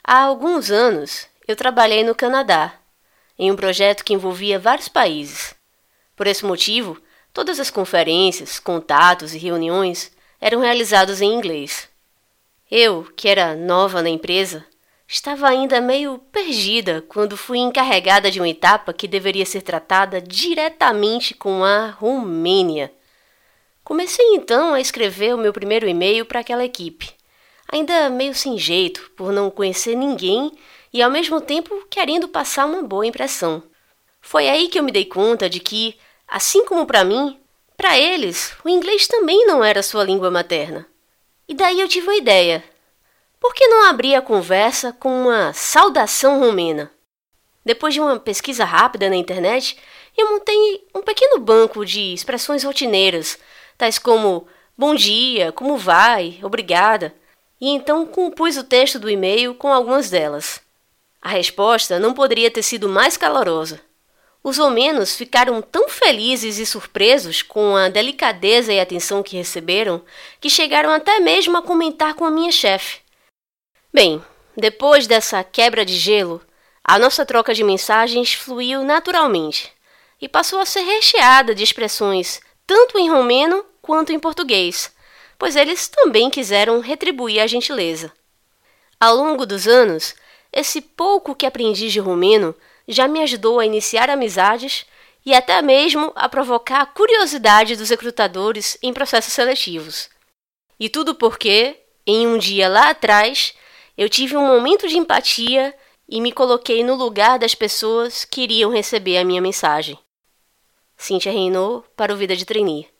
Há alguns anos, eu trabalhei no Canadá, em um projeto que envolvia vários países. Por esse motivo, todas as conferências, contatos e reuniões eram realizados em inglês. Eu, que era nova na empresa, estava ainda meio perdida quando fui encarregada de uma etapa que deveria ser tratada diretamente com a Romênia. Comecei então a escrever o meu primeiro e-mail para aquela equipe, ainda meio sem jeito, por não conhecer ninguém e ao mesmo tempo querendo passar uma boa impressão. Foi aí que eu me dei conta de que, assim como para mim, para eles o inglês também não era sua língua materna. E daí eu tive uma ideia. Por que não abrir a conversa com uma saudação romena? Depois de uma pesquisa rápida na internet, eu montei um pequeno banco de expressões rotineiras, tais como bom dia, como vai, obrigada, e então compus o texto do e-mail com algumas delas. A resposta não poderia ter sido mais calorosa. Os romenos ficaram tão felizes e surpresos com a delicadeza e atenção que receberam que chegaram até mesmo a comentar com a minha chefe. Bem, depois dessa quebra de gelo, a nossa troca de mensagens fluiu naturalmente e passou a ser recheada de expressões tanto em romeno quanto em português, pois eles também quiseram retribuir a gentileza. Ao longo dos anos, esse pouco que aprendi de romeno já me ajudou a iniciar amizades e até mesmo a provocar a curiosidade dos recrutadores em processos seletivos. E tudo porque, em um dia lá atrás, eu tive um momento de empatia e me coloquei no lugar das pessoas que iriam receber a minha mensagem. Cíntia Reinaud para o Vida de Trainee.